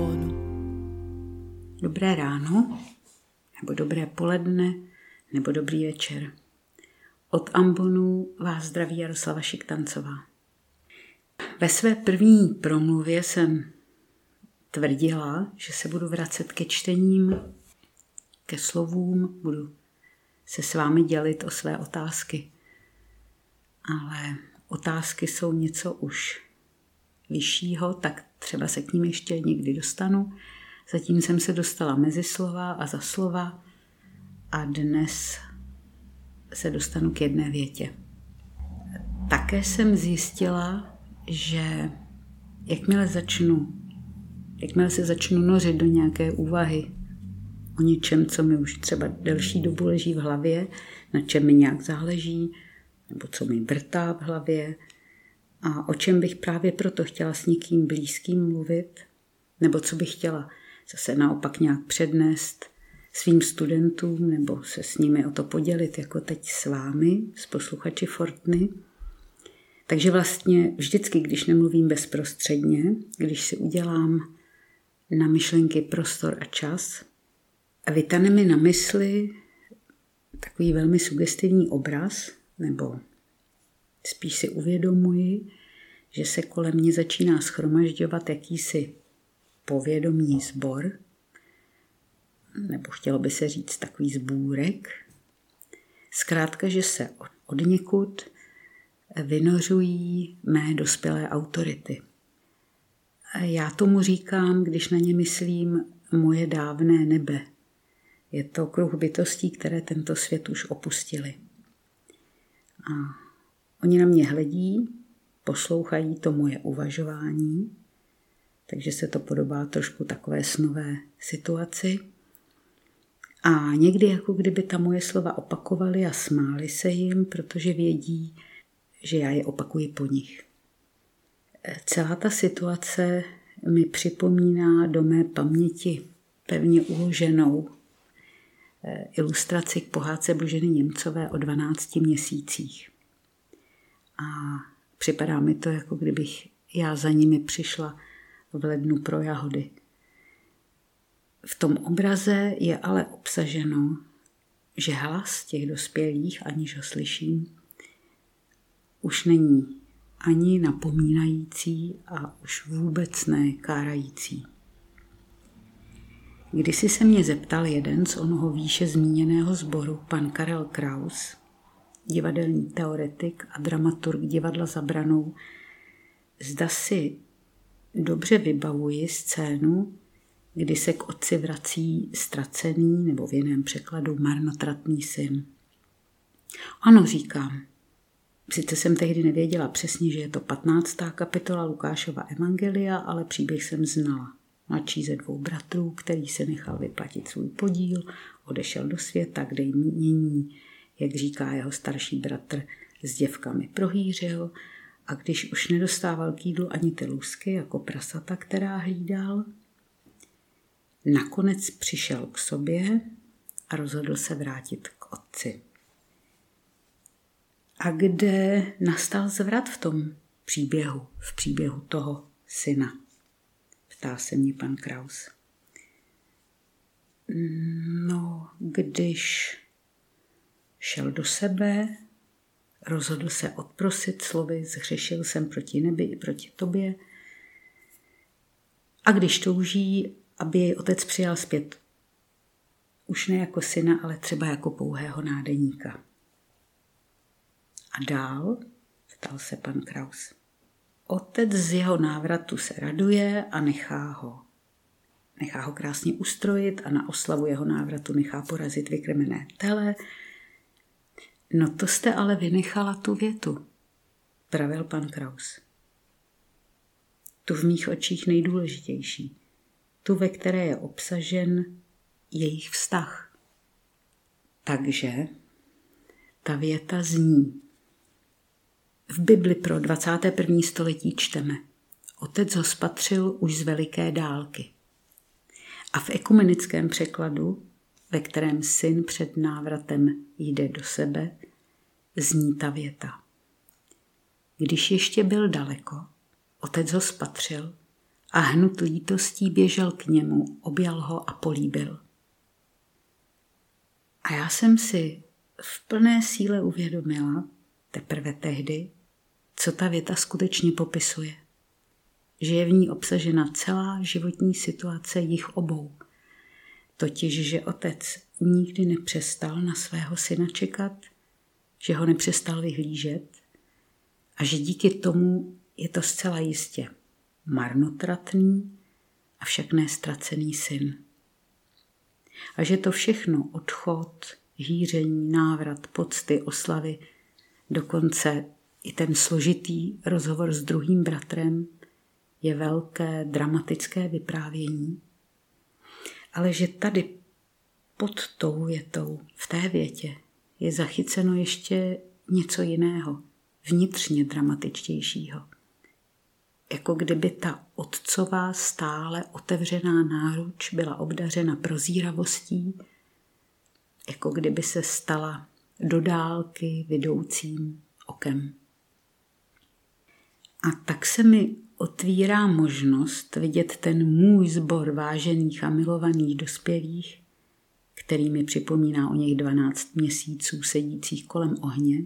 Ambonu. Dobré ráno, nebo dobré poledne, nebo dobrý večer. Od Ambonu vás zdraví Jaroslava Šiktancová. Ve své první promluvě jsem tvrdila, že se budu vracet ke čtením, ke slovům, budu se s vámi dělit o své otázky. Ale otázky jsou něco už vyššího, tak třeba se k ním ještě někdy dostanu. Zatím jsem se dostala mezi slova a za slova a dnes se dostanu k jedné větě. Také jsem zjistila, že jakmile se začnu nořit do nějaké úvahy o něčem, co mi už třeba delší dobu leží v hlavě, na čem mi nějak záleží, nebo co mi vrtá v hlavě a o čem bych právě proto chtěla s někým blízkým mluvit, nebo co bych chtěla zase naopak nějak přednést svým studentům nebo se s nimi o to podělit, jako teď s vámi, s posluchači Fortny. Takže vlastně vždycky, když nemluvím bezprostředně, když si udělám na myšlenky prostor a čas, a vytane mi na mysli takový velmi sugestivní obraz, nebo spíš si uvědomuji, že se kolem mě začíná shromažďovat jakýsi povědomí sbor, nebo chtělo by se říct takový sbůrek. Zkrátka, že se odněkud vynořují mé dospělé autority. Já tomu říkám, když na ně myslím, moje dávné nebe. Je to kruh bytostí, které tento svět už opustili. A oni na mě hledí, poslouchají to moje uvažování, takže se to podobá trošku takové snové situaci. A někdy jako kdyby ta moje slova opakovali a smáli se jim, protože vědí, že já je opakuji po nich. Celá ta situace mi připomíná do mé paměti pevně uloženou ilustraci k pohádce Boženy Němcové o 12 měsících. A připadá mi to, jako kdybych já za nimi přišla v lednu pro jahody. V tom obraze je ale obsaženo, že hlas těch dospělých, aniž ho slyším, už není ani napomínající a už vůbec ne kárající. Kdysi se mě zeptal jeden z onoho výše zmíněného sboru, pan Karel Kraus, divadelní teoretik a dramaturg Divadla Za branou, zda si dobře vybavuji scénu, kdy se k otci vrací ztracený, nebo v jiném překladu marnotratný syn. Ano, říkám. Sice jsem tehdy nevěděla přesně, že je to 15. kapitola Lukášova evangelia, ale příběh jsem znala. Mladší ze 2 bratrů, který se nechal vyplatit svůj podíl, odešel do světa, kde jmění, jak říká jeho starší bratr, s děvkami prohýřil, a když už nedostával k jídlu ani ty lusky, jako prasata, která hlídal, nakonec přišel k sobě a rozhodl se vrátit k otci. A kde nastal zvrat v tom příběhu, v příběhu toho syna? Ptá se mě pan Kraus. No, když šel do sebe, rozhodl se odprosit slovy, zhřešil jsem proti nebi i proti tobě. A když touží, aby jej otec přijal zpět, už ne jako syna, ale třeba jako pouhého nádeníka. A dál, ptal se pan Kraus. Otec z jeho návratu se raduje a nechá ho krásně ustrojit a na oslavu jeho návratu nechá porazit vykrmené tele. No to jste ale vynechala tu větu, pravil pan Kraus. Tu v mých očích nejdůležitější, tu, ve které je obsažen jejich vztah. Takže ta věta zní: v Bibli pro 21. století čteme: Otec ho spatřil už z veliké dálky. A v ekumenickém překladu, ve kterém syn před návratem jde do sebe, zní ta věta: Když ještě byl daleko, otec ho spatřil a hnut lítostí běžel k němu, objal ho a políbil. A já jsem si v plné síle uvědomila, teprve tehdy, co ta věta skutečně popisuje. Že je v ní obsažena celá životní situace jich obou. Totiž, že otec nikdy nepřestal na svého syna čekat, že ho nepřestal vyhlížet a že díky tomu je to zcela jistě marnotratný, avšak ne ztracený syn. A že to všechno, odchod, hýření, návrat, pocty, oslavy, dokonce i ten složitý rozhovor s druhým bratrem, je velké dramatické vyprávění, ale že tady pod tou větou, v té větě, je zachyceno ještě něco jiného, vnitřně dramatičtějšího. Jako kdyby ta otcová stále otevřená náruč byla obdařena prozíravostí, jako kdyby se stala do dálky vidoucím okem. A tak se mi otvírá možnost vidět ten můj sbor vážených a milovaných dospělých, který mi připomíná o něch 12 měsíců sedících kolem ohně.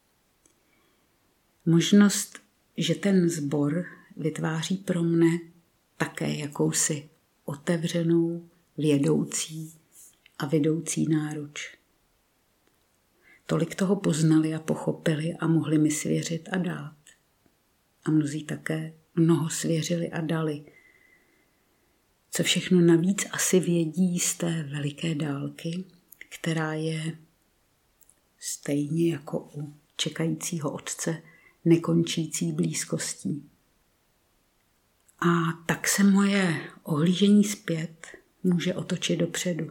Možnost, že ten sbor vytváří pro mne také jakousi otevřenou, vědoucí a vedoucí náruč. Tolik toho poznali a pochopili a mohli mi svěřit a dát. A mnozí také mnoho svěřili a dali. Co všechno navíc asi vědí z té veliké dálky, která je stejně jako u čekajícího otce nekončící blízkostí. A tak se moje ohlížení zpět může otočit dopředu.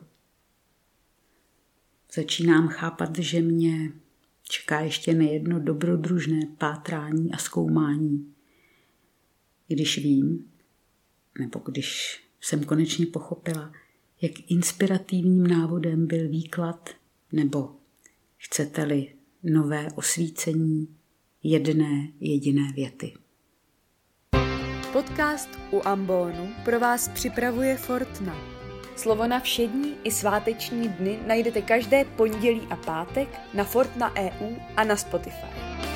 Začínám chápat, že mě čeká ještě nejedno dobrodružné pátrání a zkoumání. Když vím, nebo když jsem konečně pochopila, jak inspirativním návodem byl výklad, nebo chcete-li nové osvícení jedné jediné věty. Podcast U ambonu pro vás připravuje Fortna. Slovo na všední i sváteční dny najdete každé pondělí a pátek na Fortna.eu a na Spotify.